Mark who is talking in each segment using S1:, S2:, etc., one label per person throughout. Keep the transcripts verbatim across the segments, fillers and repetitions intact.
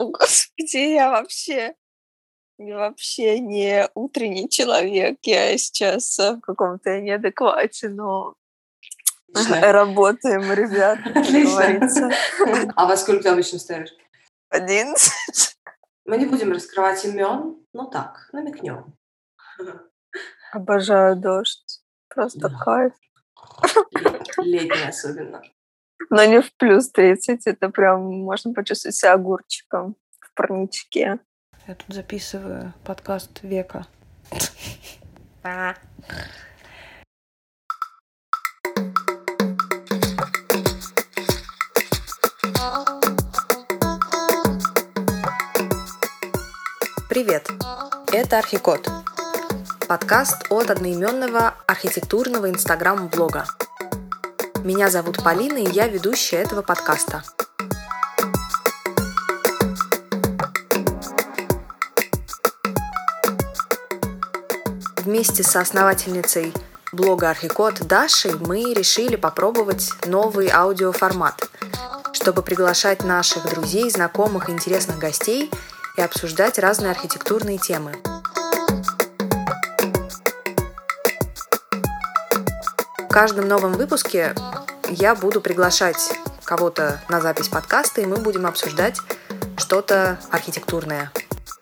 S1: О, Господи, я вообще, я вообще не утренний человек. Я сейчас э, в каком-то неадеквате, но
S2: Отлично.
S1: работаем, ребята, как говорится.
S2: Отлично. А во сколько ты обычно встаешь?
S1: Одиннадцать.
S2: Мы не будем раскрывать имен, но так, намекнем.
S1: Обожаю дождь. Просто
S2: Да.
S1: кайф.
S2: Лет- Летний особенно.
S1: Но не в плюс тридцать. Это прям можно почувствовать себя огурчиком в парничке.
S3: Я тут записываю подкаст века. Привет! Это Архикод. Подкаст от одноименного архитектурного инстаграм-блога. Меня зовут Полина, и я ведущая этого подкаста. Вместе с основательницей блога Архикод Дашей мы решили попробовать новый аудиоформат, чтобы приглашать наших друзей, знакомых и интересных гостей и обсуждать разные архитектурные темы. В каждом новом выпуске я буду приглашать кого-то на запись подкаста, и мы будем обсуждать что-то архитектурное.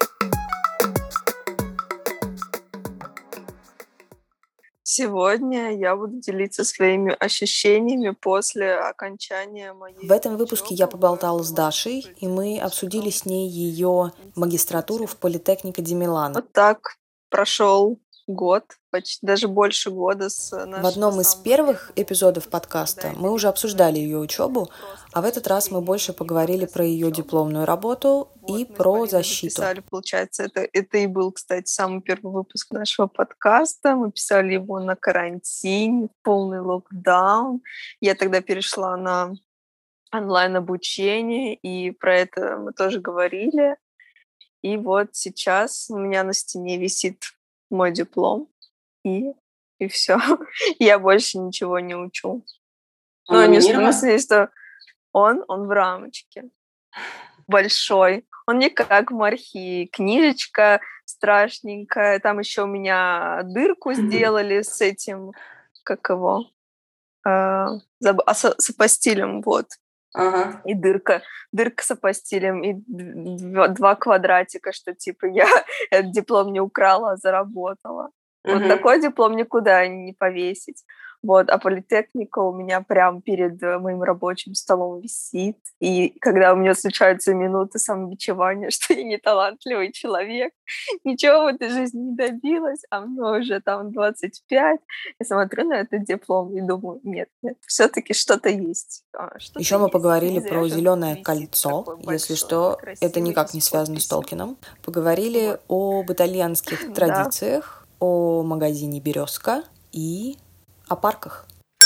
S1: Сегодня я буду делиться своими ощущениями после окончания моей...
S3: В этом выпуске я поболтала с Дашей, и мы обсудили с ней ее магистратуру в Политехнико ди Милано.
S1: Вот так прошел год, почти даже больше года с нашего...
S3: В одном из первых эпизодов подкаста мы уже обсуждали ее учебу, а в этот раз мы больше поговорили про ее дипломную работу и про защиту.
S1: Писали, получается, это, это и был, кстати, самый первый выпуск нашего подкаста. Мы писали его на карантине, полный локдаун. Я тогда перешла на онлайн-обучение, и про это мы тоже говорили. И вот сейчас у меня на стене висит мой диплом, и, и все. Я больше ничего не учу.
S2: Он
S1: Но не в
S2: номинирован?
S1: смысле, что он, он в рамочке. Большой. Он не как в мархи. Книжечка страшненькая. Там еще у меня дырку сделали с этим, как его, а, заб- а, с, с апостилем, вот.
S2: Ага.
S1: И дырка, дырка с апостилем, и два, два квадратика, что типа я этот диплом не украла, а заработала. Вот
S2: Мгм.
S1: такой диплом никуда не повесить. Вот, а политехника у меня прям перед э, моим рабочим столом висит. И когда у меня случаются минуты самобичевания, что я не талантливый человек, ничего в этой жизни не добилась, а мне уже там двадцать пять, я смотрю на этот диплом и думаю, нет, нет, все-таки что-то есть. а, что-то
S3: Еще мы
S1: есть.
S3: поговорили
S1: Не зря
S3: про
S1: же он
S3: зеленое
S1: висит
S3: кольцо.
S1: такой
S3: Если
S1: большой,
S3: что, это
S1: красивый
S3: никак
S1: и
S3: не
S1: с
S3: связано с
S1: подписью.
S3: Толкином. Поговорили
S1: Вот.
S3: об итальянских
S1: Да.
S3: традициях, о магазине «Березка» и о парках.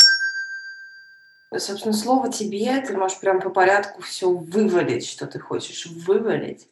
S2: Собственно, слово тебе. Ты можешь прям по порядку все вывалить, что ты хочешь вывалить.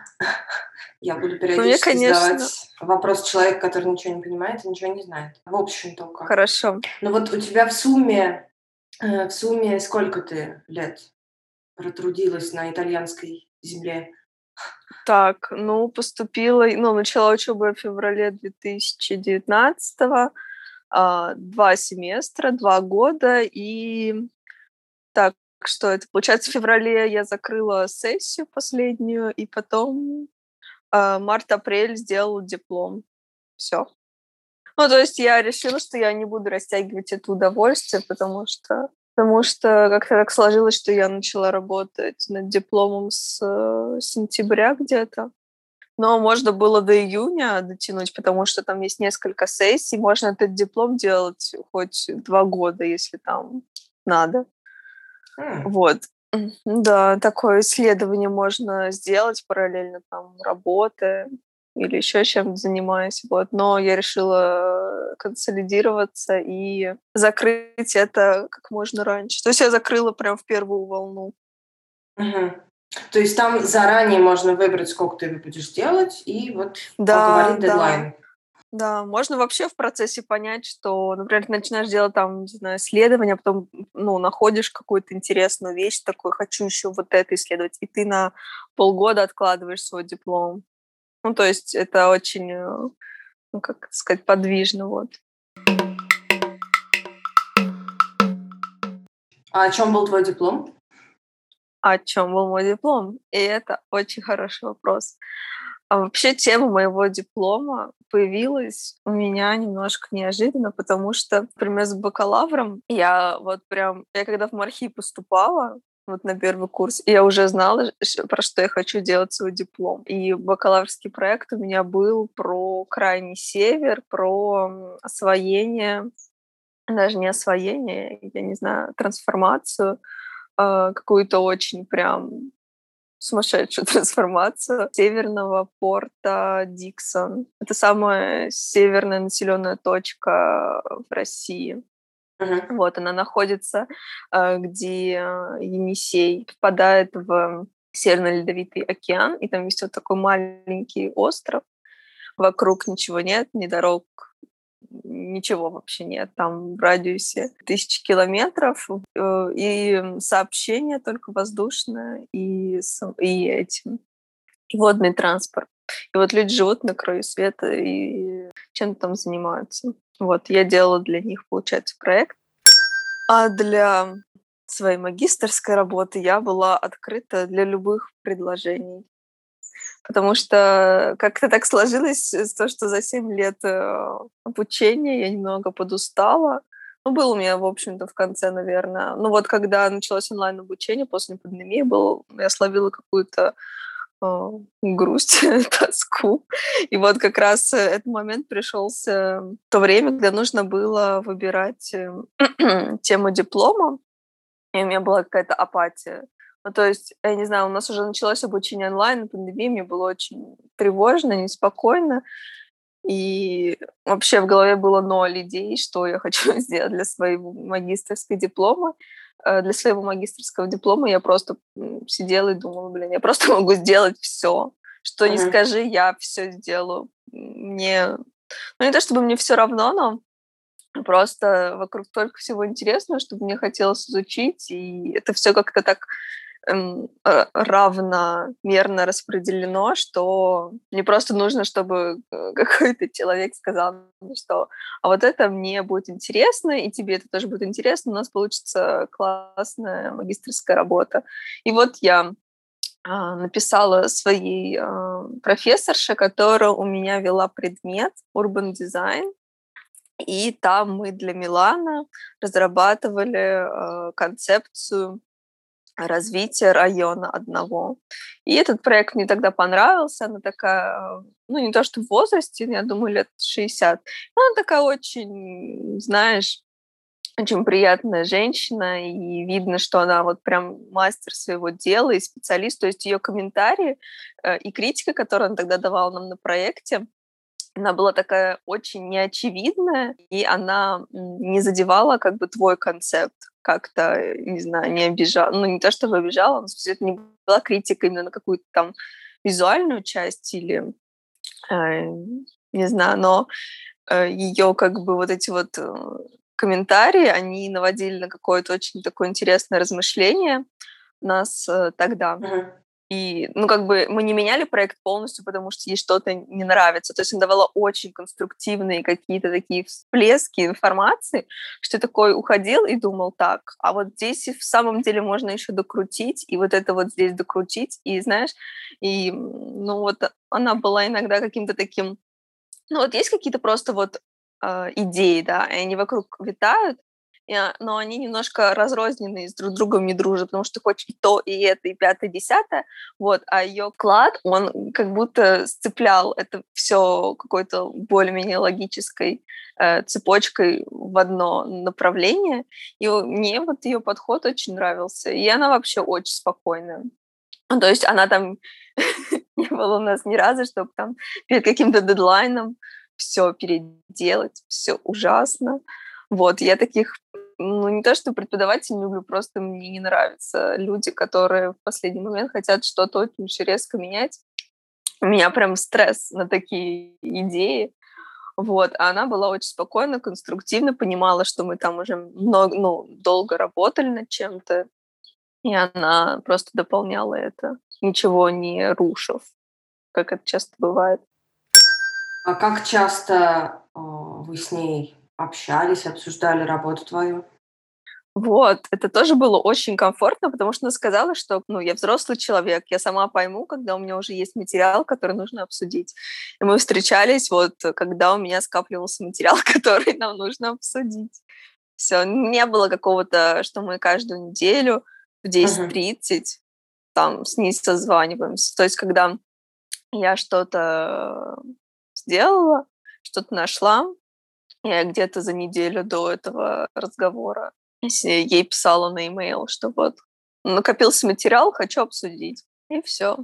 S2: Я буду
S1: Ну, мне,
S2: периодически
S1: конечно,
S2: задавать вопрос человеку, который ничего не понимает и ничего не знает. В общем только.
S1: хорошо.
S2: Ну вот у тебя в сумме, э, в сумме сколько ты лет протрудилась на итальянской земле?
S1: Так, ну, поступила, ну, начала учебу в феврале две тысячи девятнадцатого, а, два семестра, два года, и так что это, получается, в феврале я закрыла сессию последнюю, и потом а, март-апрель сделала диплом. Все. Ну, то есть я решила, что я не буду растягивать это удовольствие, потому что потому что как-то так сложилось, что я начала работать над дипломом с э, сентября где-то. Но можно было до июня дотянуть, потому что там есть несколько сессий. Можно этот диплом делать хоть два года, если там надо.
S2: М.
S1: Вот. М, Да, такое исследование можно сделать параллельно там работы или еще чем-то занимаясь. Вот. Но я решила э, консолидироваться и закрыть это как можно раньше. То есть я закрыла прям в первую волну.
S2: Мгм. То есть там заранее можно выбрать, сколько ты будешь делать, и вот
S1: Да,
S2: оговорить
S1: да.
S2: дедлайн.
S1: Да, можно вообще в процессе понять, что, например, ты начинаешь делать там, не знаю, исследования, а потом, ну, находишь какую-то интересную вещь, такой, хочу еще вот это исследовать, и ты на полгода откладываешь свой диплом. Ну, то есть это очень, э, ну, как сказать, подвижно, вот.
S2: А о чем был твой диплом?
S1: О чем был мой диплом? И это очень хороший вопрос. А вообще тема моего диплома появилась у меня немножко неожиданно, потому что, например, с бакалавром я вот прям, я когда в МАРХИ поступала, вот на первый курс, я уже знала, ш- про что я хочу делать свой диплом. И бакалаврский проект у меня был про крайний север, про м, освоение, даже не освоение, я не знаю, трансформацию, а, какую-то очень прям сумасшедшую трансформацию северного порта Диксон. Это самая северная населенная точка в России.
S2: Мгм.
S1: Вот она находится, э, где э, Енисей впадает в Северный Ледовитый океан, и там есть вот такой маленький остров. Вокруг ничего нет, ни дорог, ничего вообще нет. Там в радиусе тысячи километров, э, и сообщение только воздушное, и, с- и этим и водный транспорт. И вот люди живут на краю света и чем-то там занимаются. Вот, я делала для них, получается, проект. А для своей магистерской работы я была открыта для любых предложений. Потому что как-то так сложилось, э, то, что за семь лет э, обучения я немного подустала. Ну, был у меня, в общем-то, в конце, наверное. Ну, вот когда началось онлайн-обучение после пандемии, был, я словила какую-то а, грусть, тоску. И вот как раз э, этот момент пришелся в то время, когда нужно было выбирать э, тему диплома, и у меня была какая-то апатия. Ну, то есть, я не знаю, у нас уже началось обучение онлайн, пандемия, мне было очень тревожно, неспокойно, и вообще в голове было ноль идей, что я хочу сделать для своего магистерского диплома. Э, Для своего магистерского диплома я просто м, сидела и думала, блин, я просто могу сделать все. Что не
S2: Мгм.
S1: скажи, я все сделаю. Мне, ну не то чтобы мне все равно, но просто вокруг только всего интересного, чтобы мне хотелось изучить, и это все как-то так эм, э, равномерно распределено, что мне просто нужно, чтобы э, какой-то человек сказал мне, что а вот это мне будет интересно, и тебе это тоже будет интересно, у нас получится классная магистерская работа. И вот я а, написала своей а, профессорше, которая у меня вела предмет Urban Design, и там мы для Милана разрабатывали э, концепцию развития района одного. И этот проект мне тогда понравился. Она такая, э, ну, не то что в возрасте, я думаю, лет шестьдесят. Но она такая очень, знаешь, очень приятная женщина, и видно, что она вот прям мастер своего дела и специалист. То есть ее комментарии э, и критика, которую она тогда давала нам на проекте, она была такая очень неочевидная, и она м, не задевала как бы твой концепт как-то, э, не знаю, не обижала. Ну, не то чтобы обижала, но в смысле, это не была критика именно на какую-то там визуальную часть или, э, не знаю, но ее как бы вот эти вот э, комментарии, они наводили на какое-то очень такое интересное размышление нас э, тогда.
S2: Мгм.
S1: И, ну, как бы мы не меняли проект полностью, потому что ей что-то не нравится. То есть она давала очень конструктивные какие-то такие всплески информации, что ты такой уходил и думал, так, а вот здесь и в самом деле можно еще докрутить, и вот это вот здесь докрутить, и знаешь, и, м, ну, вот она была иногда каким-то таким, ну, вот есть какие-то просто вот а, идеи, да, и они вокруг витают, и, а, но они немножко разрозненные, с друг другом не дружат, потому что ты хочешь и то, и это, и пятое, и десятое, вот, а ее клад, он как будто сцеплял это все какой-то более-менее логической э, цепочкой в одно направление, и у- мне вот ее подход очень нравился, и она вообще очень спокойная. Ну, то есть она там не было у нас ни разу, чтобы там перед каким-то дедлайном все переделать, все ужасно. Вот, я таких, ну, не то что преподавателей не люблю, просто мне не нравятся люди, которые в последний момент хотят что-то очень резко менять. У меня прям стресс на такие идеи. Вот, а она была очень спокойна, конструктивна, понимала, что мы там уже много, ну, долго работали над чем-то, и она просто дополняла это, ничего не рушив, как это часто бывает.
S2: А как часто э, вы с ней общались, обсуждали работу твою?
S1: Вот, это тоже было очень комфортно, потому что она сказала, что, ну, я взрослый человек, я сама пойму, когда у меня уже есть материал, который нужно обсудить. И мы встречались вот, когда у меня скапливался материал, который нам нужно обсудить. Все, не было какого-то, что мы каждую неделю в десять тридцать там с ней созваниваемся. То есть, когда я что-то сделала, что-то нашла, я где-то за неделю до этого разговора ей писала на e-mail, что вот накопился материал, хочу обсудить. И все.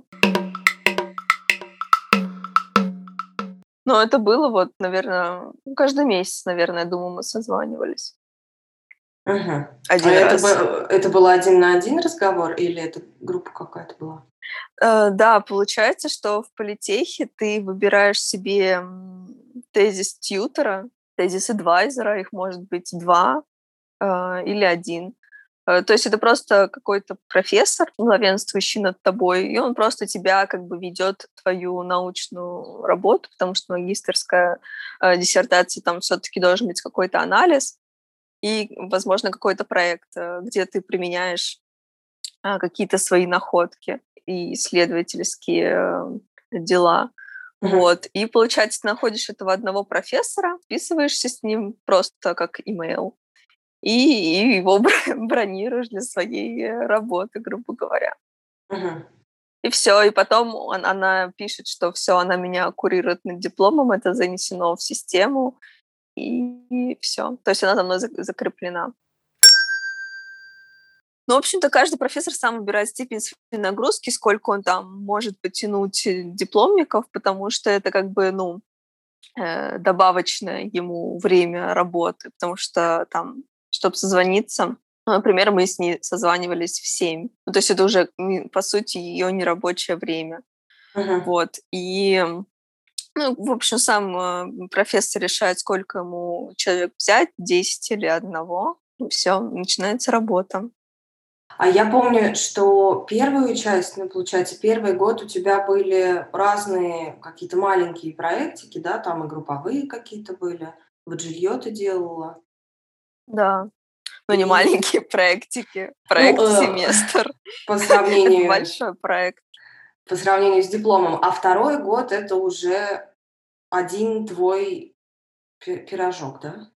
S1: Но это было вот, наверное, каждый месяц, наверное, я думаю, мы созванивались.
S2: Угу.
S1: Один
S2: а
S1: раз.
S2: Это, это был один на один разговор или это группа какая-то была?
S1: Uh, да, получается, что в политехе ты выбираешь себе тезис тьютера, тезис адвайзера, их может быть два uh, или один. Uh, то есть это просто какой-то профессор, главенствующий над тобой, и он просто тебя как бы ведет твою научную работу, потому что магистерская uh, диссертация, там все-таки должен быть какой-то анализ и, возможно, какой-то проект, uh, где ты применяешь uh, какие-то свои находки и исследовательские дела. Uh-huh. Вот. И, получается, ты находишь этого одного профессора, вписываешься с ним просто как имейл, и, и его бронируешь для своей работы, грубо говоря.
S2: Uh-huh.
S1: И все. И потом он, она пишет, что все, она меня курирует над дипломом, это занесено в систему, и, и все. То есть она за мной закреплена. Ну, в общем-то, каждый профессор сам выбирает степень своей нагрузки, сколько он там может потянуть дипломников, потому что это как бы, ну, э, добавочное ему время работы, потому что там, чтобы созвониться, ну, например, мы с ней созванивались в семь. Ну, то есть это уже, по сути, ее нерабочее время.
S2: Uh-huh.
S1: Вот. И, ну, в общем, сам профессор решает, сколько ему человек взять, десять или одного. И все, начинается работа.
S2: А я помню, что первую часть, ну, получается, первый год у тебя были разные какие-то маленькие проектики, да, там и групповые какие-то были. Вот жилье ты делала.
S1: Да, но
S2: и...
S1: не маленькие проектики. Проект ну, э, семестр.
S2: По сравнению...
S1: Это большой проект.
S2: По сравнению с дипломом. А второй год это уже один твой пирожок, да?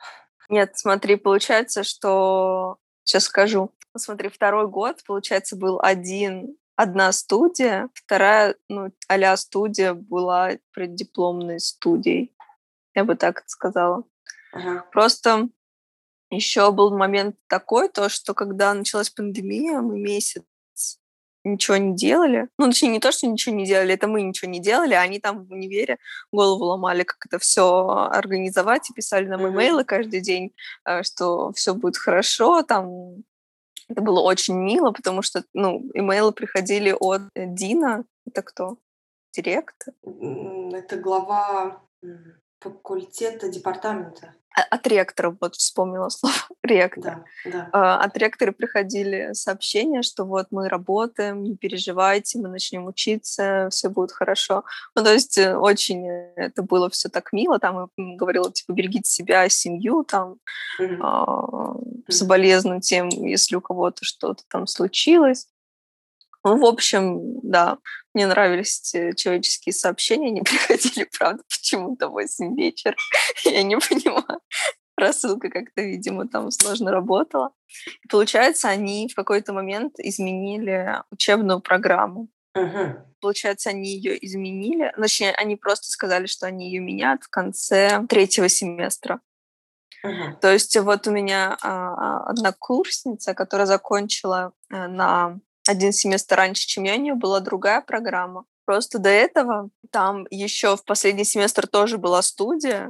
S1: Нет, смотри, получается, что... Сейчас скажу. Смотри, второй год, получается, был один, одна студия, вторая, ну, а-ля студия была преддипломной студией. Я бы так это сказала.
S2: Ага.
S1: Просто еще был момент такой, то, что когда началась пандемия, мы месяц ничего не делали. Ну, точнее, не то, что ничего не делали, это мы ничего не делали, а они там в универе голову ломали, как это все организовать, и писали нам имейлы mm-hmm. каждый день, что все будет хорошо, там это было очень мило, потому что, ну, имейлы приходили от Дина. Это кто? Директор?
S2: Это глава факультета, департамента.
S1: От ректора, вот вспомнила слово, ректор.
S2: Да, да.
S1: От ректора приходили сообщения, что вот мы работаем, не переживайте, мы начнем учиться, все будет хорошо. Ну, то есть очень это было все так мило, там говорила, типа, берегите себя, семью, там, mm-hmm. а, соболезную тем, если у кого-то что-то там случилось. Ну, в общем, да, мне нравились эти человеческие сообщения, они приходили, правда, почему-то в восемь вечера, я не понимаю. Рассылка как-то, видимо, там сложно работала. И получается, они в какой-то момент изменили учебную программу.
S2: Uh-huh.
S1: Получается, они ее изменили. Точнее, они просто сказали, что они ее меняют в конце третьего семестра.
S2: Uh-huh.
S1: То есть вот у меня а, одна курсница, которая закончила а, на один семестр раньше, чем я, у нее была другая программа. Просто до этого там еще в последний семестр тоже была студия,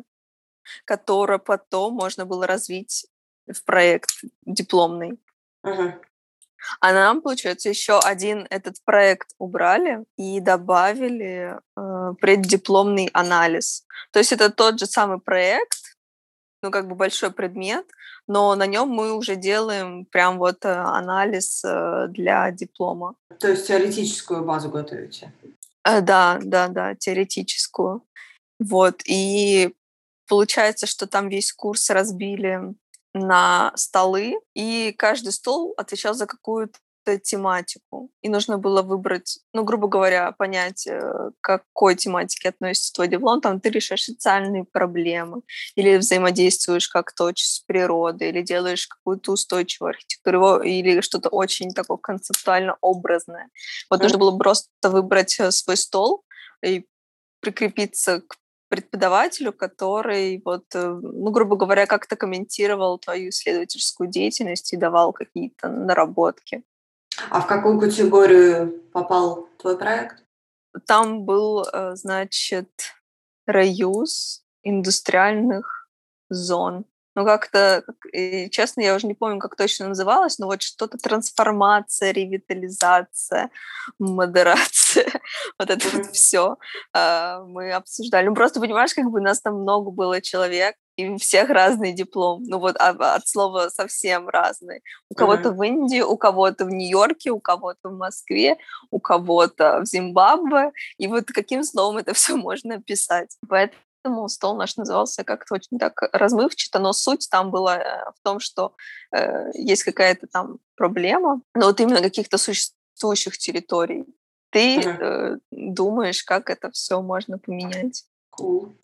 S1: которую потом можно было развить в проект дипломный.
S2: Uh-huh.
S1: А нам, получается, еще один этот проект убрали и добавили э, преддипломный анализ. То есть это тот же самый проект, ну, как бы большой предмет, но на нем мы уже делаем прям вот анализ для диплома.
S2: То есть теоретическую базу готовите?
S1: Да, да, да, теоретическую. Вот, и получается, что там весь курс разбили на столы, и каждый стол отвечал за какую-то тематику. И нужно было выбрать, ну, грубо говоря, понять, к какой тематике относится твой диплом. Там ты решаешь социальные проблемы, или взаимодействуешь как-то очень с природой, или делаешь какую-то устойчивую архитектуру, или что-то очень такое концептуально образное. Вот нужно было просто выбрать свой стол и прикрепиться к преподавателю, который, вот, ну, грубо говоря, как-то комментировал твою исследовательскую деятельность и давал какие-то наработки.
S2: А в какую категорию попал твой проект?
S1: Там был, значит, реюз индустриальных зон. Ну, как-то, честно, я уже не помню, как точно называлось, но вот что-то трансформация, ревитализация, модерация, вот это вот все мы обсуждали. Ну, просто, понимаешь, как бы нас там много было человек, и у всех разный диплом. Ну, вот от слова совсем разный. У кого-то в Индии, у кого-то в Нью-Йорке, у кого-то в Москве, у кого-то в Зимбабве. И вот каким словом это все можно описать. Поэтому Поэтому стол наш назывался как-то очень так размывчато, но суть там была в том, что э, есть какая-то там проблема, но вот именно каких-то существующих территорий. Ты uh-huh. э, думаешь, как это все можно поменять.
S2: Cool.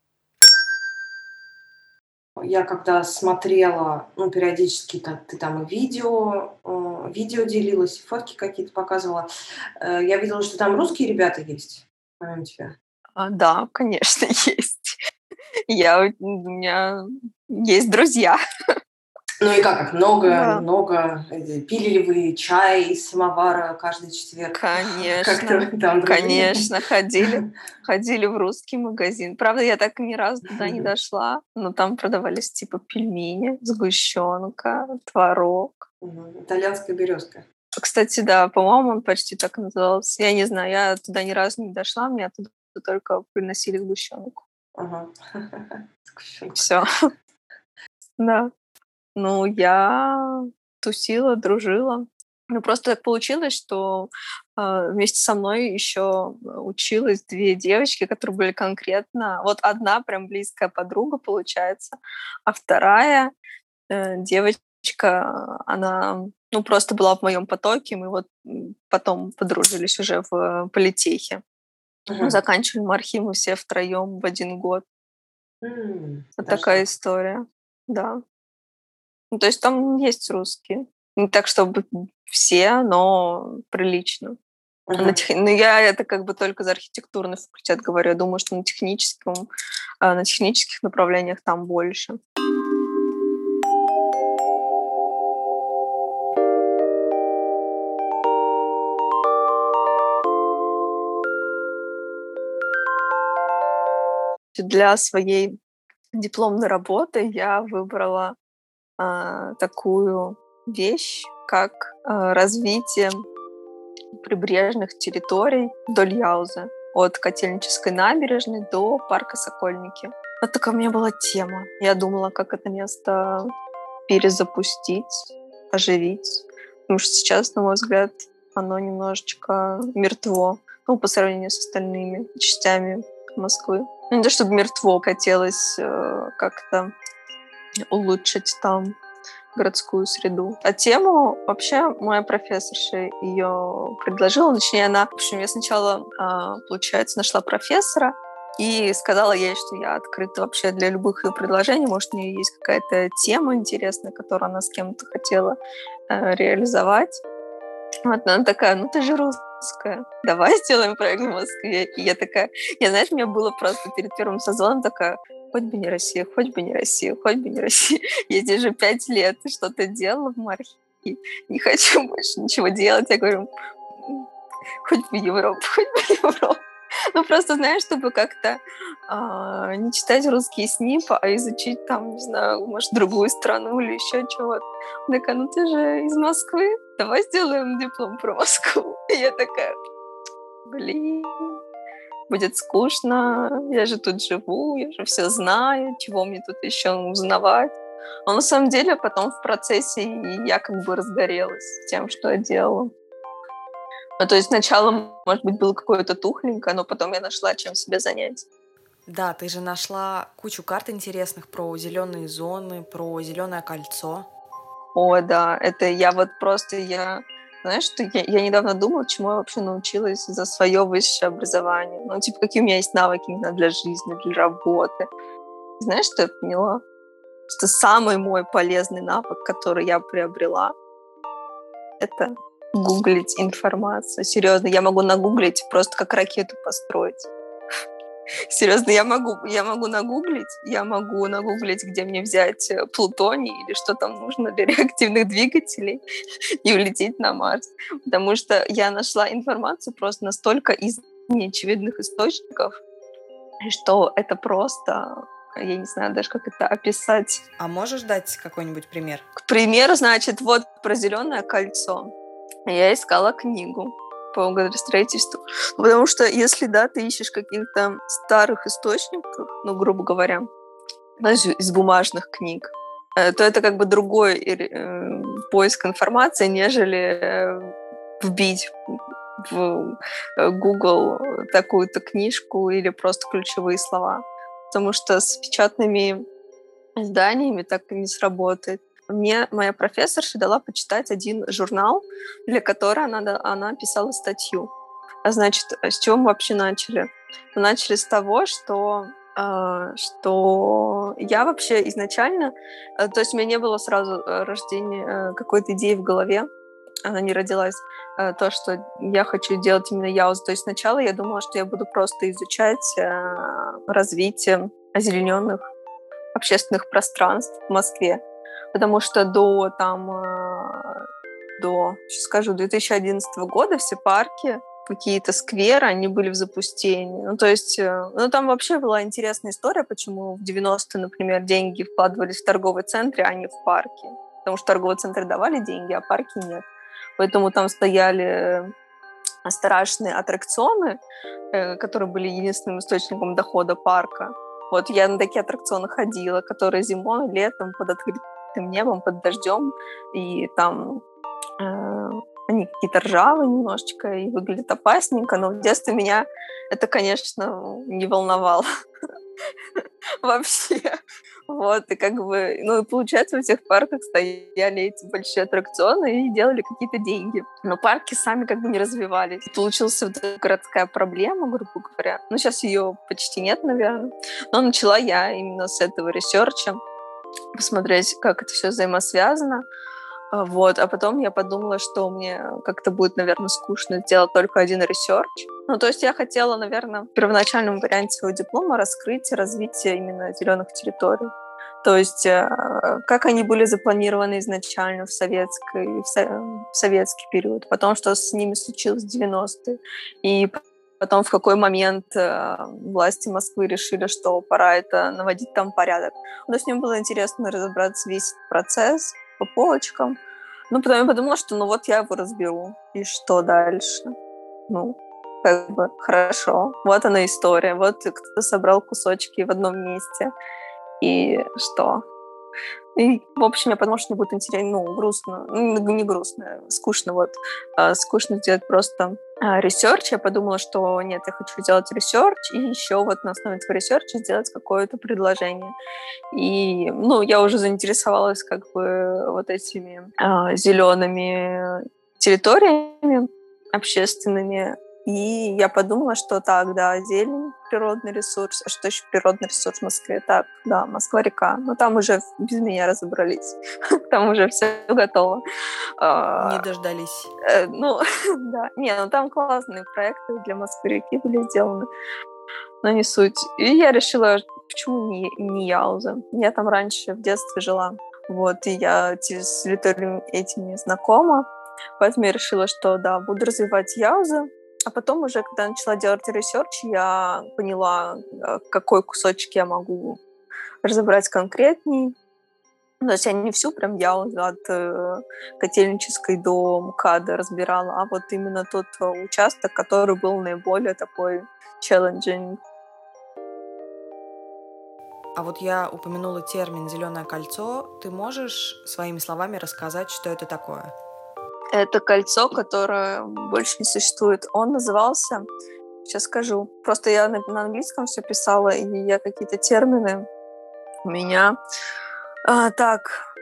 S2: Я когда смотрела, ну, периодически ты, ты там и видео, э, видео делилась, фотки какие-то показывала, э, я видела, что там русские ребята есть, помимо тебя.
S1: А, да, конечно, есть. Я, у меня есть друзья.
S2: Ну и как, много, да. много, пили ли вы чай из самовара каждый четверг?
S1: Конечно, там конечно, ходили, ходили в русский магазин. Правда, я так ни разу туда не дошла, но там продавались типа пельмени, сгущенка, творог.
S2: Угу. Итальянская березка.
S1: Кстати, да, по-моему, он почти так и назывался. Я не знаю, я туда ни разу не дошла, мне оттуда только приносили сгущенку.
S2: Ага.
S1: Все. Да. Ну, я тусила, дружила. Ну, просто так получилось, что э, вместе со мной еще училась две девочки, которые были конкретно... Вот одна прям близкая подруга, получается, а вторая э, девочка, она, ну, просто была в моем потоке, мы вот потом подружились уже в политехе. Uh-huh. Мы заканчивали Мархиму все втроем в один год.
S2: Mm,
S1: вот такая что? История, да. Ну, то есть там есть русские. Не так, чтобы все, но прилично. Uh-huh. На тех... Ну, я это как бы только за архитектурный факультет говорю. Я думаю, что на техническом, на технических направлениях там больше. Для своей дипломной работы я выбрала э, такую вещь, как э, развитие прибрежных территорий вдоль Яузы, от Котельнической набережной до парка Сокольники. Вот такая у меня была тема. Я думала, как это место перезапустить, оживить. Потому что сейчас, на мой взгляд, оно немножечко мертво, ну, по сравнению с остальными частями Москвы. Ну, не то чтобы мертво, хотелось э, как-то улучшить там городскую среду. А тему вообще моя профессорша ее предложила. Точнее, она... В общем, я сначала, получается, нашла профессора и сказала ей, что я открыта вообще для любых ее предложений. Может, у нее есть какая-то тема интересная, которую она с кем-то хотела э, реализовать. Вот она такая: ну ты же русская, давай сделаем проект в Москве. И я такая... Я, знаешь, у меня было просто перед первым сезоном такая: хоть бы не Россия, хоть бы не Россия, хоть бы не Россия. Я здесь же пять лет что-то делала в Мархи. Не хочу больше ничего делать. Я говорю: хоть бы Европу, хоть бы Европу. Ну, просто, знаешь, чтобы как-то а, не читать русские СНИП, а изучить там, не знаю, может, другую страну или еще чего-то. Она такая: ну ты же из Москвы, давай сделаем диплом про Москву. И я такая: блин, будет скучно, я же тут живу, я же все знаю, чего мне тут еще узнавать. Но на самом деле потом в процессе я как бы разгорелась тем, что я делала. Ну, то есть сначала, может быть, было какое-то тухленькое, но потом я нашла, чем себя занять.
S3: Да, ты же нашла кучу карт интересных про зеленые зоны, про зеленое кольцо.
S1: О, да, это я вот просто, я, знаешь, что я, я недавно думала, чему я вообще научилась за свое высшее образование. Ну, типа, какие у меня есть навыки, не знаю, для жизни, для работы. Знаешь, что я поняла? Что самый мой полезный навык, который я приобрела, это гуглить информацию. Серьезно, я могу нагуглить просто как ракету построить. Серьезно, я могу, я могу нагуглить, я могу нагуглить, где мне взять плутоний или что там нужно для реактивных двигателей и улететь на Марс. Потому что я нашла информацию просто настолько из неочевидных источников, что это просто, я не знаю даже, как это описать.
S3: А можешь дать какой-нибудь пример?
S1: К примеру, значит, вот про зеленое кольцо. Я искала книгу по градостроительству. Потому что если, да, ты ищешь каких-то старых источников, ну, грубо говоря, знаешь, из бумажных книг, то это как бы другой э, поиск информации, нежели э, вбить в Google такую-то книжку или просто ключевые слова. Потому что с печатными изданиями так и не сработает. Мне моя профессорша дала почитать один журнал, для которого она, она писала статью. А значит, с чего мы вообще начали? Мы начали с того, что, э, что я вообще изначально... Э, то есть у меня не было сразу рождения э, какой-то идеи в голове, она не родилась, э, то, что я хочу делать именно яуз. То есть сначала я думала, что я буду просто изучать э, развитие озелененных общественных пространств в Москве. Потому что до, там, до, сейчас скажу, две тысячи одиннадцатого года все парки, какие-то скверы, они были в запустении. Ну, то есть, ну, там вообще была интересная история, почему в девяностые, например, деньги вкладывались в торговые центры, а не в парки. Потому что торговые центры давали деньги, а парки нет. Поэтому там стояли страшные аттракционы, которые были единственным источником дохода парка. Вот я на такие аттракционы ходила, которые зимой, летом под открытым небом, под дождем, и там э, они какие-то ржавые немножечко и выглядят опасненько, но в детстве меня это, конечно, не волновало вообще. Вот, и как бы, ну, и получается, в этих парках стояли эти большие аттракционы и делали какие-то деньги. Но парки сами как бы не развивались. Получилась вот городская проблема, грубо говоря. Ну, сейчас ее почти нет, наверное. Но начала я именно с этого ресерча, посмотреть, как это все взаимосвязано. Вот. А потом я подумала, что мне как-то будет, наверное, скучно делать только один ресерч. Ну, то есть я хотела, наверное, в первоначальном варианте своего диплома раскрыть развитие именно зеленых территорий. То есть как они были запланированы изначально в, советской, в, со, в советский период, потом что с ними случилось в девяностые, и потом в какой момент власти Москвы решили, что пора это наводить там порядок. Но с ним было интересно разобраться весь этот процесс по полочкам. Ну, потом я подумала, что ну вот я его разберу. И что дальше? Ну, как бы, хорошо. Вот она история. Вот кто-то собрал кусочки в одном месте. И что? И, в общем, я подумала, что мне будет интересно, ну, грустно, ну, не грустно, скучно, вот, а, скучно сделать просто а, ресерч. Я подумала, что нет, я хочу сделать ресерч, и еще вот на основе этого ресерча сделать какое-то предложение. И, ну, я уже заинтересовалась как бы вот этими а, зелеными территориями общественными, и я подумала, что так, да, зелень, природный ресурс, а что еще природный ресурс в Москве? Так, да, Москва-река. Но там уже без меня разобрались. Там уже все готово.
S3: Не дождались.
S1: Ну, да. Не, ну там классные проекты для Москвы-реки были сделаны. Но не суть. И я решила, почему не, не Яуза? Я там раньше в детстве жила. Вот, и я с территориями этими знакома. Поэтому я решила, что да, буду развивать Яузу. А потом уже, когда начала делать ресерч, я поняла, какой кусочек я могу разобрать конкретней. То есть я не всю прям я от э, Котельнической до МКАДа разбирала, а вот именно тот э, участок, который был наиболее такой challenging.
S3: А вот я упомянула термин «зеленое кольцо». Ты можешь своими словами рассказать, что это такое?
S1: Это кольцо, которое больше не существует. Он назывался, сейчас скажу, просто я на, на английском все писала, и я какие-то термины у меня... А, так,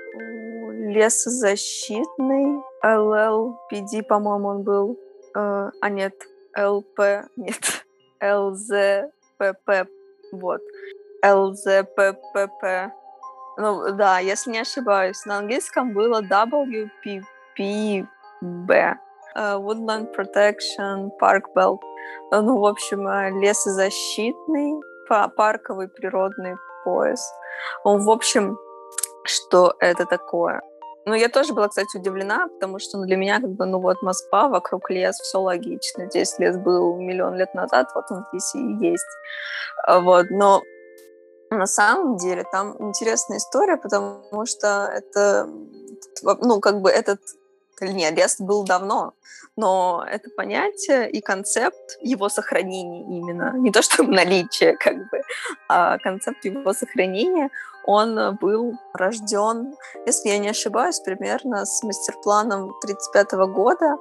S1: лесозащитный, эл эл пи ди, по-моему, он был. А, а нет, эл пи, нет, эл зет пи пи, вот. эл зет пи пи пи. Ну, да, если не ошибаюсь. На английском было дабл ю пи пи би. Uh, Woodland Protection Park Belt. Uh, ну, в общем, лесозащитный парковый природный пояс. Он, в общем, что это такое? Ну, я тоже была, кстати, удивлена, потому что ну, для меня, как бы, ну вот Москва, вокруг лес, все логично. Здесь лес был миллион лет назад, вот он здесь и есть. Вот, но на самом деле там интересная история, потому что это, ну, как бы этот, нет, лес был давно, но это понятие и концепт его сохранения именно, не то чтобы наличие, как бы, а концепт его сохранения, он был рожден, если я не ошибаюсь, примерно с мастер-планом тридцать пятого года,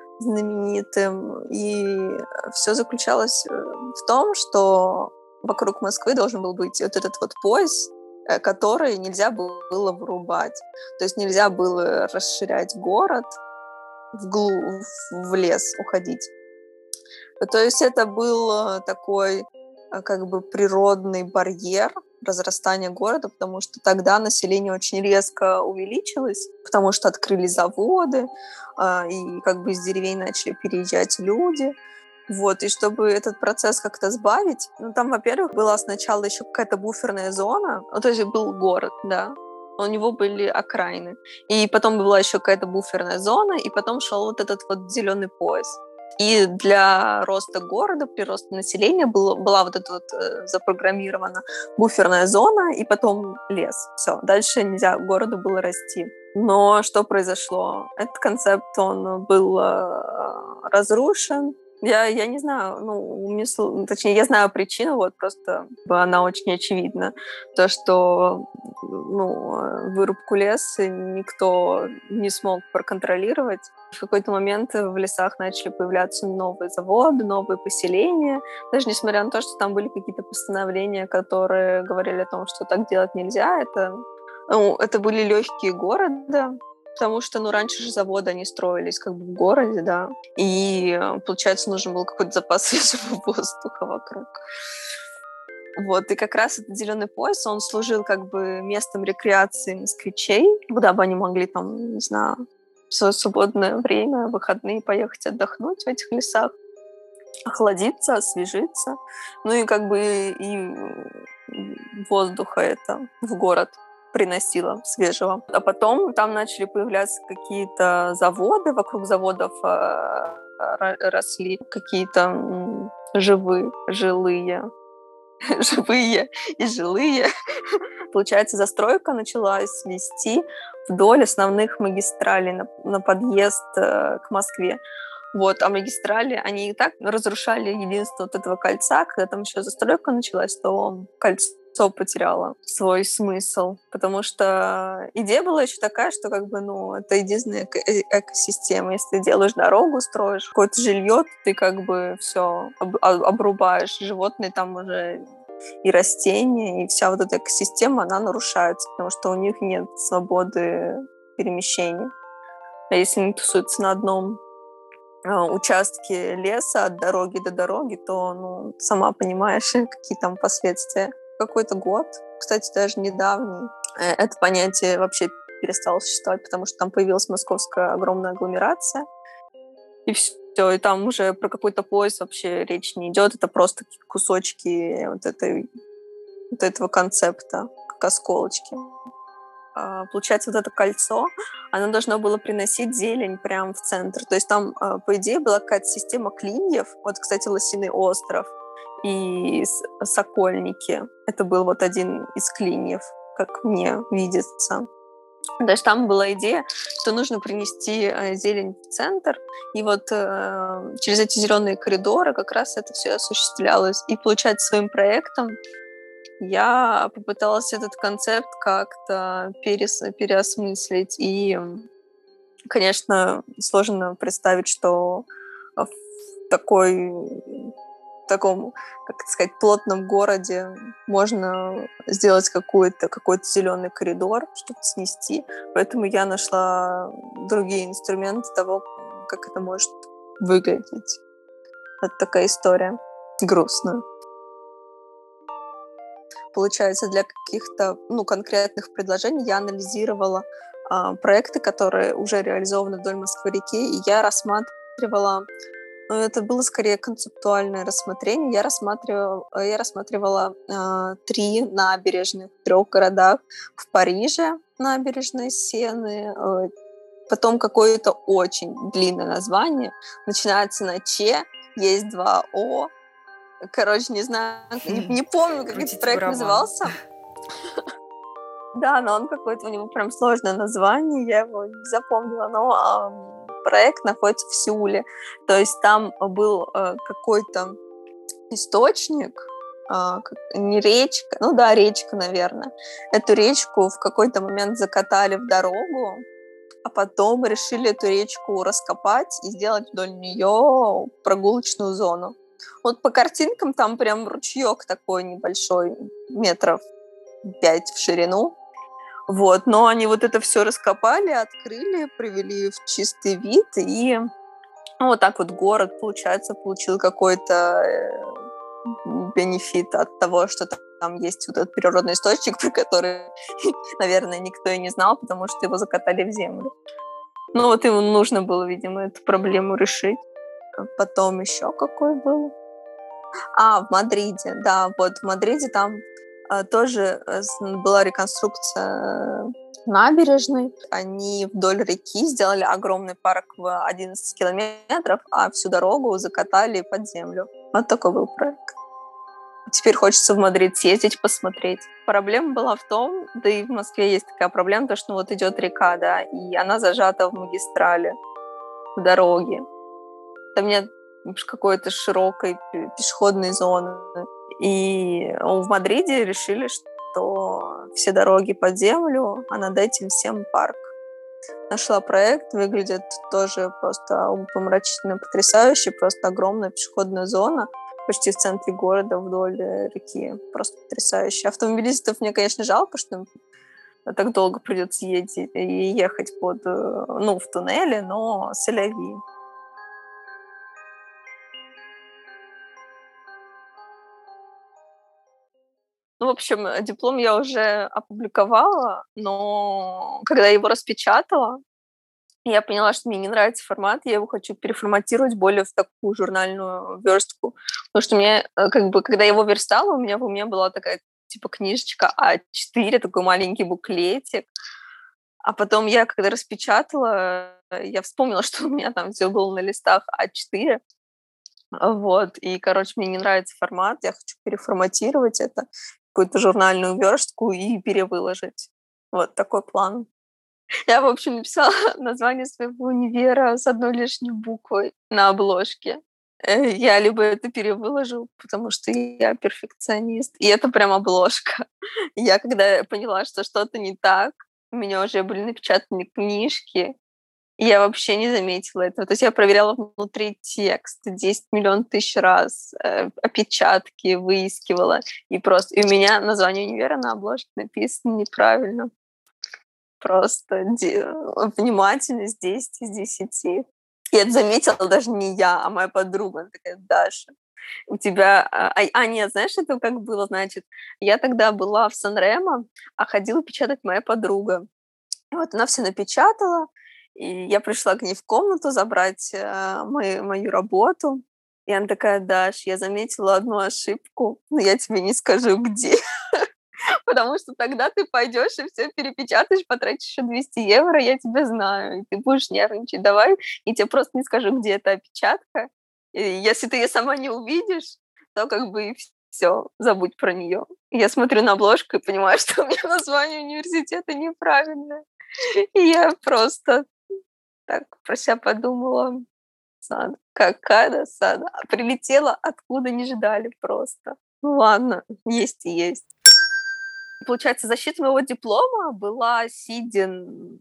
S1: знаменитым, и все заключалось в том, что вокруг Москвы должен был быть вот этот вот пояс, который нельзя было вырубать. То есть нельзя было расширять город, вглубь, в лес уходить. То есть это был такой как бы природный барьер разрастания города, потому что тогда население очень резко увеличилось, потому что открыли заводы, и как бы из деревень начали переезжать люди. Вот, и чтобы этот процесс как-то сбавить, ну, там, во-первых, была сначала еще какая-то буферная зона, ну, то есть был город, да, у него были окраины, и потом была еще какая-то буферная зона, и потом шел вот этот вот зеленый пояс. И для роста города, при росте населения было, была вот эта вот э, запрограммирована буферная зона, и потом лес. Все, дальше нельзя городу было расти. Но что произошло? Этот концепт, он был э, разрушен. Я, я не знаю, ну, мне, точнее, я знаю причину, вот просто она очень очевидна. То, что ну, вырубку леса никто не смог проконтролировать. В какой-то момент в лесах начали появляться новые заводы, новые поселения. Даже несмотря на то, что там были какие-то постановления, которые говорили о том, что так делать нельзя, это, ну, это были легкие города, потому что, ну, раньше же заводы, они строились как бы в городе, да, и, получается, нужен был какой-то запас свежего воздуха вокруг. Вот, и как раз этот зеленый пояс, он служил как бы местом рекреации москвичей, куда бы они могли там, не знаю, в свое свободное время, выходные поехать отдохнуть в этих лесах, охладиться, освежиться, ну и как бы и воздуха это в город приносило свежего. А потом там начали появляться какие-то заводы, вокруг заводов э, росли какие-то живые, жилые, живые и жилые. Получается, застройка началась вести вдоль основных магистралей на, на подъезд э, к Москве. Вот, а магистрали, они и так разрушали единство вот этого кольца. Когда там еще застройка началась, то кольцо потеряло свой смысл, потому что идея была еще такая, что как бы, ну, это единственная эко- экосистема. Если ты делаешь дорогу, строишь какое-то жилье, ты как бы все об- обрубаешь. Животные там уже и растения, и вся вот эта экосистема, она нарушается, потому что у них нет свободы перемещения. А если они тусуются на одном участке леса от дороги до дороги, то, ну, сама понимаешь, какие там последствия. Какой-то год, кстати, даже недавний, это понятие вообще перестало существовать, потому что там появилась московская огромная агломерация, и все, и там уже про какой-то пояс вообще речь не идет, это просто кусочки вот, этой, вот этого концепта, как осколочки. Получается, вот это кольцо, оно должно было приносить зелень прямо в центр. То есть там, по идее, была какая-то система клиньев. Вот, кстати, Лосиный остров и Сокольники. Это был вот один из клиньев, как мне видится. То есть там была идея, что нужно принести э, зелень в центр, и вот э, через эти зеленые коридоры как раз это все осуществлялось. И, получается, своим проектом я попыталась этот концепт как-то перес, переосмыслить. И, конечно, сложно представить, что в такой, в таком, как это сказать, плотном городе можно сделать какой-то, какой-то зеленый коридор, чтобы снести. Поэтому я нашла другие инструменты того, как это может выглядеть. Это такая история грустная. Получается, для каких-то ну, конкретных предложений я анализировала э, проекты, которые уже реализованы вдоль Москвы-реки, и я рассматривала, ну, это было скорее концептуальное рассмотрение, я рассматривала, я рассматривала э, три набережных в трех городах. В Париже набережная Сены, э, потом какое-то очень длинное название, начинается на Ч, есть два О. Короче, не знаю, не, не помню, как этот проект назывался. Да, но он какой-то, у него прям сложное название, я его не запомнила, но а, проект находится в Сеуле. То есть там был а, какой-то источник, а, как, не речка, ну да, речка, наверное. Эту речку в какой-то момент закатали в дорогу, а потом решили эту речку раскопать и сделать вдоль нее прогулочную зону. Вот по картинкам там прям ручеек такой небольшой, метров пять в ширину. Вот, но они вот это все раскопали, открыли, привели в чистый вид, и вот так вот город, получается, получил какой-то бенефит от того, что там есть вот этот природный источник, про который, наверное, никто и не знал, потому что его закатали в землю. Ну вот ему нужно было, видимо, эту проблему решить. Потом еще какой был? А, в Мадриде, да, вот в Мадриде там а, тоже была реконструкция набережной. Они вдоль реки сделали огромный парк в одиннадцать километров, а всю дорогу закатали под землю. Вот такой был проект. Теперь хочется в Мадрид съездить, посмотреть. Проблема была в том, да и в Москве есть такая проблема, то, что вот идет река, да, и она зажата в магистрали, в дороге. Там нет какой-то широкой пешеходной зоны. И в Мадриде решили, что все дороги под землю, а над этим всем парк. Нашла проект, выглядит тоже просто умопомрачительно потрясающе, просто огромная пешеходная зона почти в центре города вдоль реки. Просто потрясающе. Автомобилистов мне, конечно, жалко, что им так долго придется ездить и ехать под, ну, в туннеле, но сэляви. Ну, в общем, диплом я уже опубликовала, но когда я его распечатала, я поняла, что мне не нравится формат, я его хочу переформатировать более в такую журнальную верстку. Потому что мне, как бы, когда я его верстала, у меня в уме была такая, типа, книжечка а четыре, такой маленький буклетик. А потом я, когда распечатала, я вспомнила, что у меня там все было на листах а четыре. Вот, и, короче, мне не нравится формат, я хочу переформатировать это, какую-то журнальную верстку и перевыложить. Вот такой план. Я, в общем, написала название своего универа с одной лишней буквой на обложке. Я либо это перевыложу, потому что я перфекционист, и это прям обложка. Я когда поняла, что что-то не так, у меня уже были напечатаны книжки, и я вообще не заметила этого. То есть я проверяла внутри текст десять миллионов тысяч раз, э, опечатки выискивала, и просто... И у меня название универа на обложке написано неправильно. Просто де... внимательность десять из десяти. И это заметила даже не я, а моя подруга. Она такая: Даша, у тебя... А, а нет, знаешь, это как было, значит? Я тогда была в Сан-Ремо, а ходила печатать моя подруга. И вот она все напечатала, и я пришла к ней в комнату забрать э, мою, мою работу. И она такая: Даш, я заметила одну ошибку, но я тебе не скажу, где. Потому что тогда ты пойдешь и все перепечатаешь, потратишь еще двести евро, я тебя знаю, и ты будешь нервничать. Давай, я тебе просто не скажу, где эта опечатка. И если ты ее сама не увидишь, то как бы и все, забудь про нее. Я смотрю на обложку и понимаю, что у меня название университета неправильное. И я просто так про себя подумала: "Досада, какая досада". А прилетела откуда не ждали просто. Ну ладно, есть и есть. Получается, защита моего диплома была, сидя н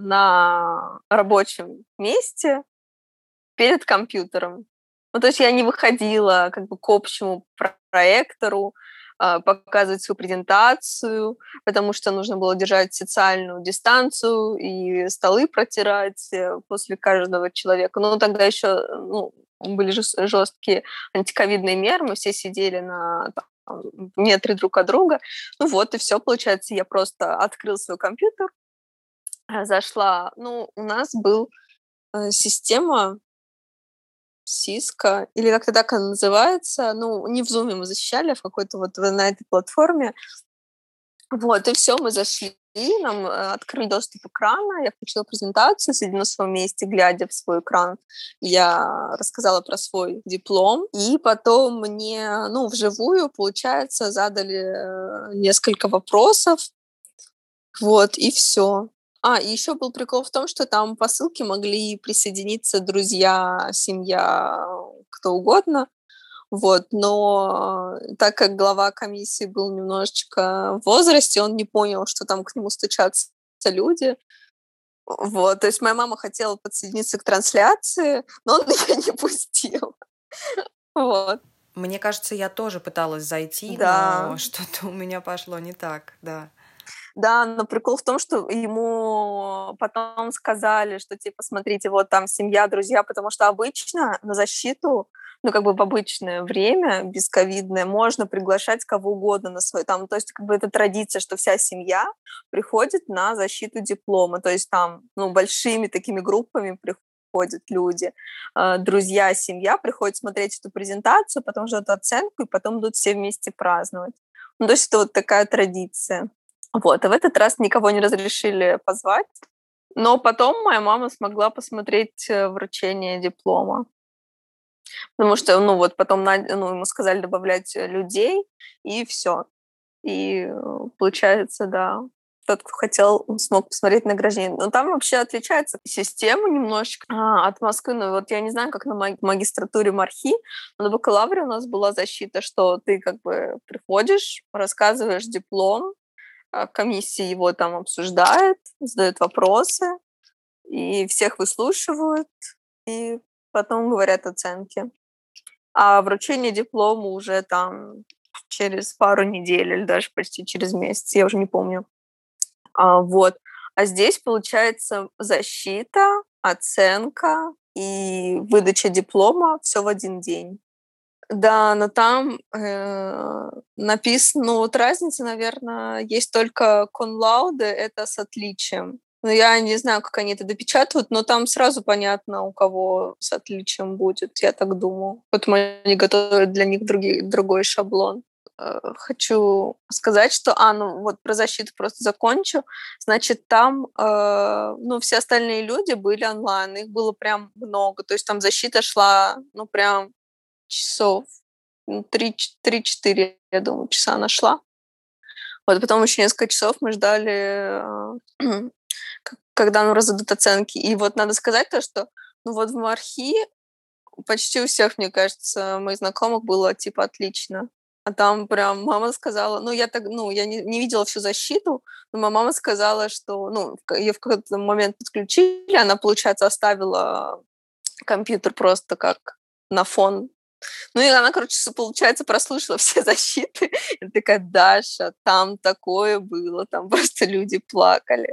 S1: на рабочем месте перед компьютером. Ну, то есть я не выходила как бы к общему проектору, а, показывать свою презентацию, потому что нужно было держать социальную дистанцию и столы протирать э, после каждого человека. Ну, тогда еще ну, были жесткие антиковидные меры, мы все сидели на там, метре друг от друга. Ну вот, и все, получается, я просто открыла свой компьютер, а, зашла. Ну, у нас был э, система Сиска, или как-то так она называется. Ну, не в Zoom мы защищали, а в какой-то вот в- на этой платформе. Вот, и все, мы зашли, нам э, открыли доступ экрана, я включила презентацию, сидя на своем месте, глядя в свой экран. Я рассказала про свой диплом, и потом мне, ну, вживую, получается, задали э, несколько вопросов, вот, и все. А, и еще был прикол в том, что там по ссылке могли присоединиться друзья, семья, кто угодно. Вот, но э, так как глава комиссии был немножечко в возрасте, он не понял, что там к нему стучатся люди. Вот, то есть моя мама хотела подсоединиться к трансляции, но он ее не пустил. Вот,
S3: Мне кажется, я тоже пыталась зайти,
S1: да.
S3: но что-то у меня пошло не так, да.
S1: Да, но прикол в том, что ему потом сказали, что типа, смотрите, вот там семья, друзья, потому что обычно на защиту, ну, как бы в обычное время, бесковидное, можно приглашать кого угодно на свой, там, то есть, как бы это традиция, что вся семья приходит на защиту диплома, то есть там, ну, большими такими группами приходят люди, э, друзья, семья приходят смотреть эту презентацию, потом ждут оценку, и потом идут все вместе праздновать. Ну, то есть это вот такая традиция. Вот, а в этот раз никого не разрешили позвать, но потом моя мама смогла посмотреть э, вручение диплома, потому что, ну, вот потом Надя, ну, ему сказали добавлять э, людей, и все. И э, получается, да, тот, кто хотел, он смог посмотреть награждение. Но там вообще отличается система немножечко а, от Москвы. Ну, вот я не знаю, как на маг- магистратуре МАРХИ, но на бакалавре у нас была защита, что ты как бы приходишь, рассказываешь диплом, а, комиссия его там обсуждает, задает вопросы, и всех выслушивают, и потом говорят оценки. А вручение диплома уже там через пару недель или даже почти через месяц, я уже не помню. А, вот. А здесь, получается, защита, оценка и выдача диплома все в один день. Да, но там, э, написано, ну, вот разница, наверное, есть только cum laude — это с отличием. Но я не знаю, как они это допечатывают, но там сразу понятно, у кого с отличием будет, я так думаю. Поэтому они готовят для них другие, другой шаблон. Э, Хочу сказать, что, а, ну вот про защиту просто закончу. Значит, там, э, ну, все остальные люди были онлайн, их было прям много. То есть там защита шла, ну, прям часов, ну, три три-четыре, я думаю, часа она шла. Вот потом еще несколько часов мы ждали, э, к когда нам раздадут оценки. И вот надо сказать то, что, ну, вот в МАРХИ почти у всех, мне кажется, моих знакомых было типа отлично. А там прям мама сказала, ну, я так, ну, я не, не видела всю защиту, но моя мама сказала, что, ну, ее в какой-то момент подключили, она, получается, оставила компьютер просто как на фон. Ну, и она, короче, с получается, прослушала все защиты. И такая: "Даша, там такое было, там просто люди плакали".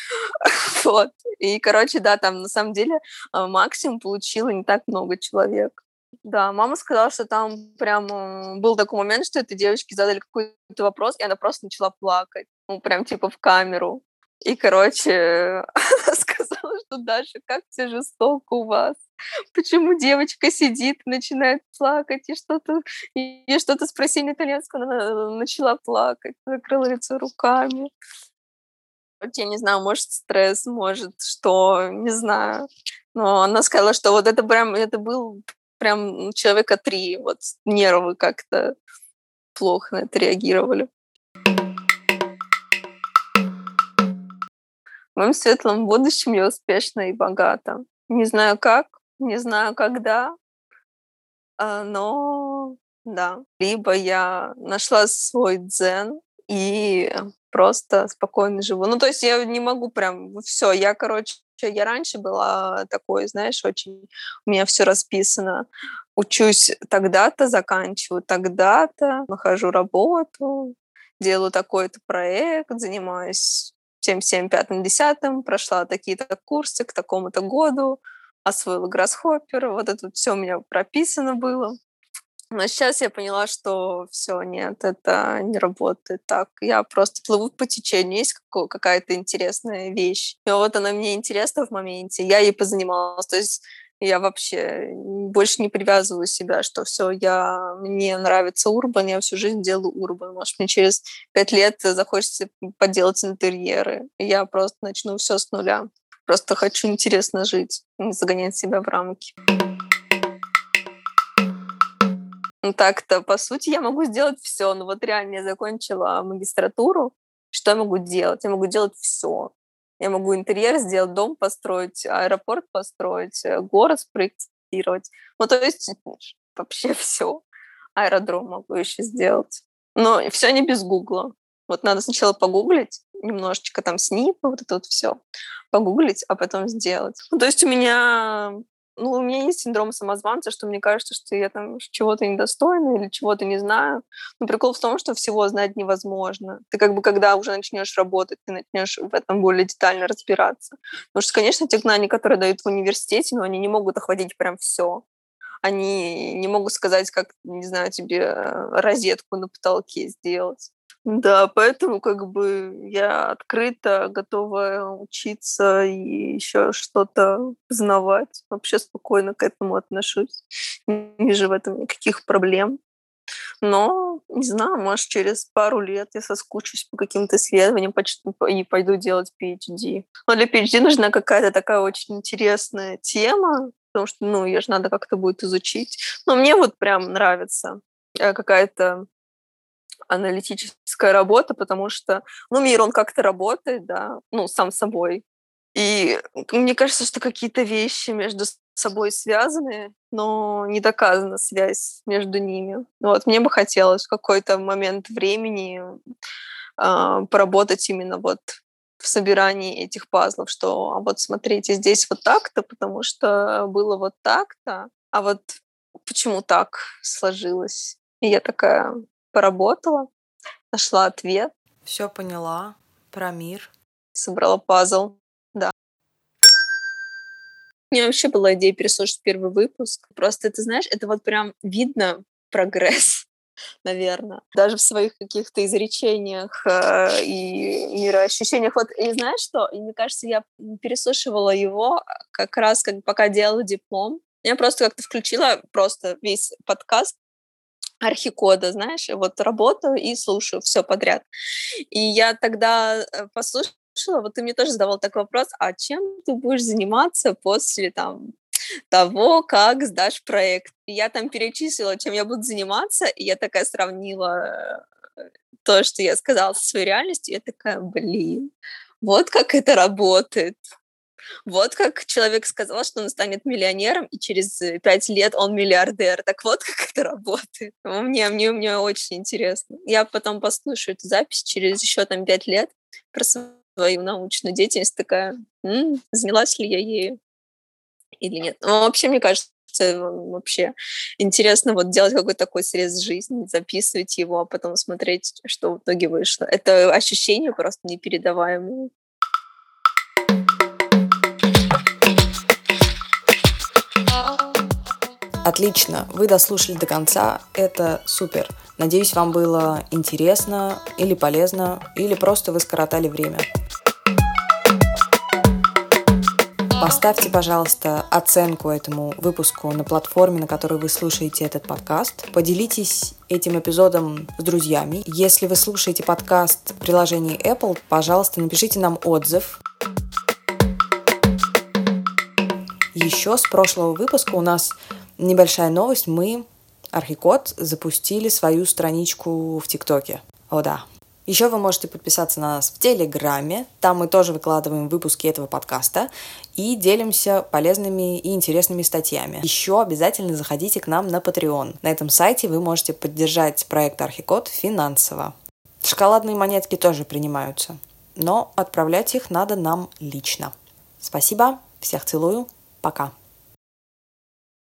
S1: Вот. И, короче, да, там на самом деле, а, максимум получило не так много человек. Да, мама сказала, что там прям, э, был такой момент, что этой девочке задали какой-то вопрос, и она просто начала плакать. Ну, прям типа в камеру. И, короче, она сказала, что: "Даша, как всё жестоко у вас. Почему девочка сидит, начинает плакать, и что-то и что-то спросили на итальянском, она начала плакать, закрыла лицо руками". Вот я не знаю, может, стресс, может, что, не знаю. Но она сказала, что вот это прям, это был прям человека три, вот нервы как-то плохо на это реагировали. моем светлом будущем я успешна и богата. Не знаю как, не знаю когда, а, но да. Либо я нашла свой дзен и просто спокойно живу. Ну, то есть я не могу прям все. Я, короче, я раньше была такой, знаешь, очень у меня все расписано. Учусь тогда-то, заканчиваю тогда-то, нахожу работу, делаю такой-то проект, занимаюсь тем, всем, пятым, десятым, прошла такие-то курсы к такому-то году, освоила Grasshopper, вот это все у меня прописано было. Но сейчас я поняла, что все, нет, это не работает так. Я просто плыву по течению. Есть како- какая-то интересная вещь. И вот она мне интересна в моменте. Я ей позанималась. То есть я вообще больше не привязываю себя, что все, я, мне нравится урбан, я всю жизнь делаю урбан. Может, мне через пять лет захочется поделать интерьеры. И я просто начну все с нуля. Просто хочу интересно жить, не загонять себя в рамки. Ну, так-то, по сути, я могу сделать все. Ну, вот реально я закончила магистратуру. Что я могу делать? Я могу делать все. Я могу интерьер сделать, дом построить, аэропорт построить, э, город спроектировать. Ну, то есть вообще все. Аэродром могу еще сделать. Но все не без гугла. Вот надо сначала погуглить, немножечко там снипы, вот это вот все. Погуглить, а потом сделать. Ну, то есть у меня ну, у меня есть синдром самозванца, что мне кажется, что я там чего-то недостойна или чего-то не знаю. Но прикол в том, что всего знать невозможно. Ты как бы, когда уже начнешь работать, ты начнешь в этом более детально разбираться. Потому что, конечно, те знания, которые дают в университете, но они не могут охватить прям все. Они не могут сказать, как, не знаю, тебе э, розетку на потолке сделать. Да, поэтому как бы я открыто готова учиться и еще что-то познавать. Вообще спокойно к этому отношусь. Не вижу в этом никаких проблем. Но, не знаю, может, через пару лет я соскучусь по каким-то исследованиям и пойду делать пи эйч ди. Но для пи эйч ди нужна какая-то такая очень интересная тема, потому что, ну, ее же надо как-то будет изучить. Но мне вот прям нравится э, какая-то аналитическая работа, потому что, ну, мир, он как-то работает, да, ну, сам собой. И мне кажется, что какие-то вещи между собой связаны, но не доказана связь между ними. Вот, мне бы хотелось в какой-то момент времени э, поработать именно вот в собирании этих пазлов, что а вот смотрите, здесь вот так-то, потому что было вот так-то, а вот почему так сложилось? И я такая поработала, нашла ответ.
S3: Все поняла про мир.
S1: Собрала пазл, да. У меня вообще была идея переслушать первый выпуск. Просто, ты знаешь, это вот прям видно прогресс, наверное. Даже в своих каких-то изречениях э, и мироощущениях. Вот, и знаешь что? И мне кажется, я переслушивала его как раз, как, пока делала диплом. Я просто как-то включила просто весь подкаст Архикода, знаешь, вот работаю и слушаю все подряд. И я тогда послушала, вот ты мне тоже задавал такой вопрос, а чем ты будешь заниматься после там того, как сдашь проект? И я там перечислила, чем я буду заниматься, и я такая сравнила то, что я сказала со своей реальностью, и я такая, блин, вот как это работает. Вот как человек сказал, что он станет миллионером, и через пять лет он миллиардер. Так вот, как это работает. Мне, мне, мне очень интересно. Я потом послушаю эту запись через еще там пять лет про свою научную деятельность. Такая, м-м, занялась ли я ею или нет. Ну, вообще, мне кажется, вообще интересно вот делать какой-то такой срез жизни, записывать его, а потом смотреть, что в итоге вышло. Это ощущение просто непередаваемое.
S3: Отлично, вы дослушали до конца, это супер. Надеюсь, вам было интересно или полезно, или просто вы скоротали время. Поставьте, пожалуйста, оценку этому выпуску на платформе, на которой вы слушаете этот подкаст. Поделитесь этим эпизодом с друзьями. Если вы слушаете подкаст в приложении Apple, пожалуйста, напишите нам отзыв. Еще с прошлого выпуска у нас небольшая новость. Мы, Архикод, запустили свою страничку в ТикТоке. О да. Еще вы можете подписаться на нас в Телеграме, там мы тоже выкладываем выпуски этого подкаста и делимся полезными и интересными статьями. Еще обязательно заходите к нам на Patreon. На этом сайте вы можете поддержать проект Архикод финансово. Шоколадные монетки тоже принимаются, но отправлять их надо нам лично. Спасибо, всех целую, пока.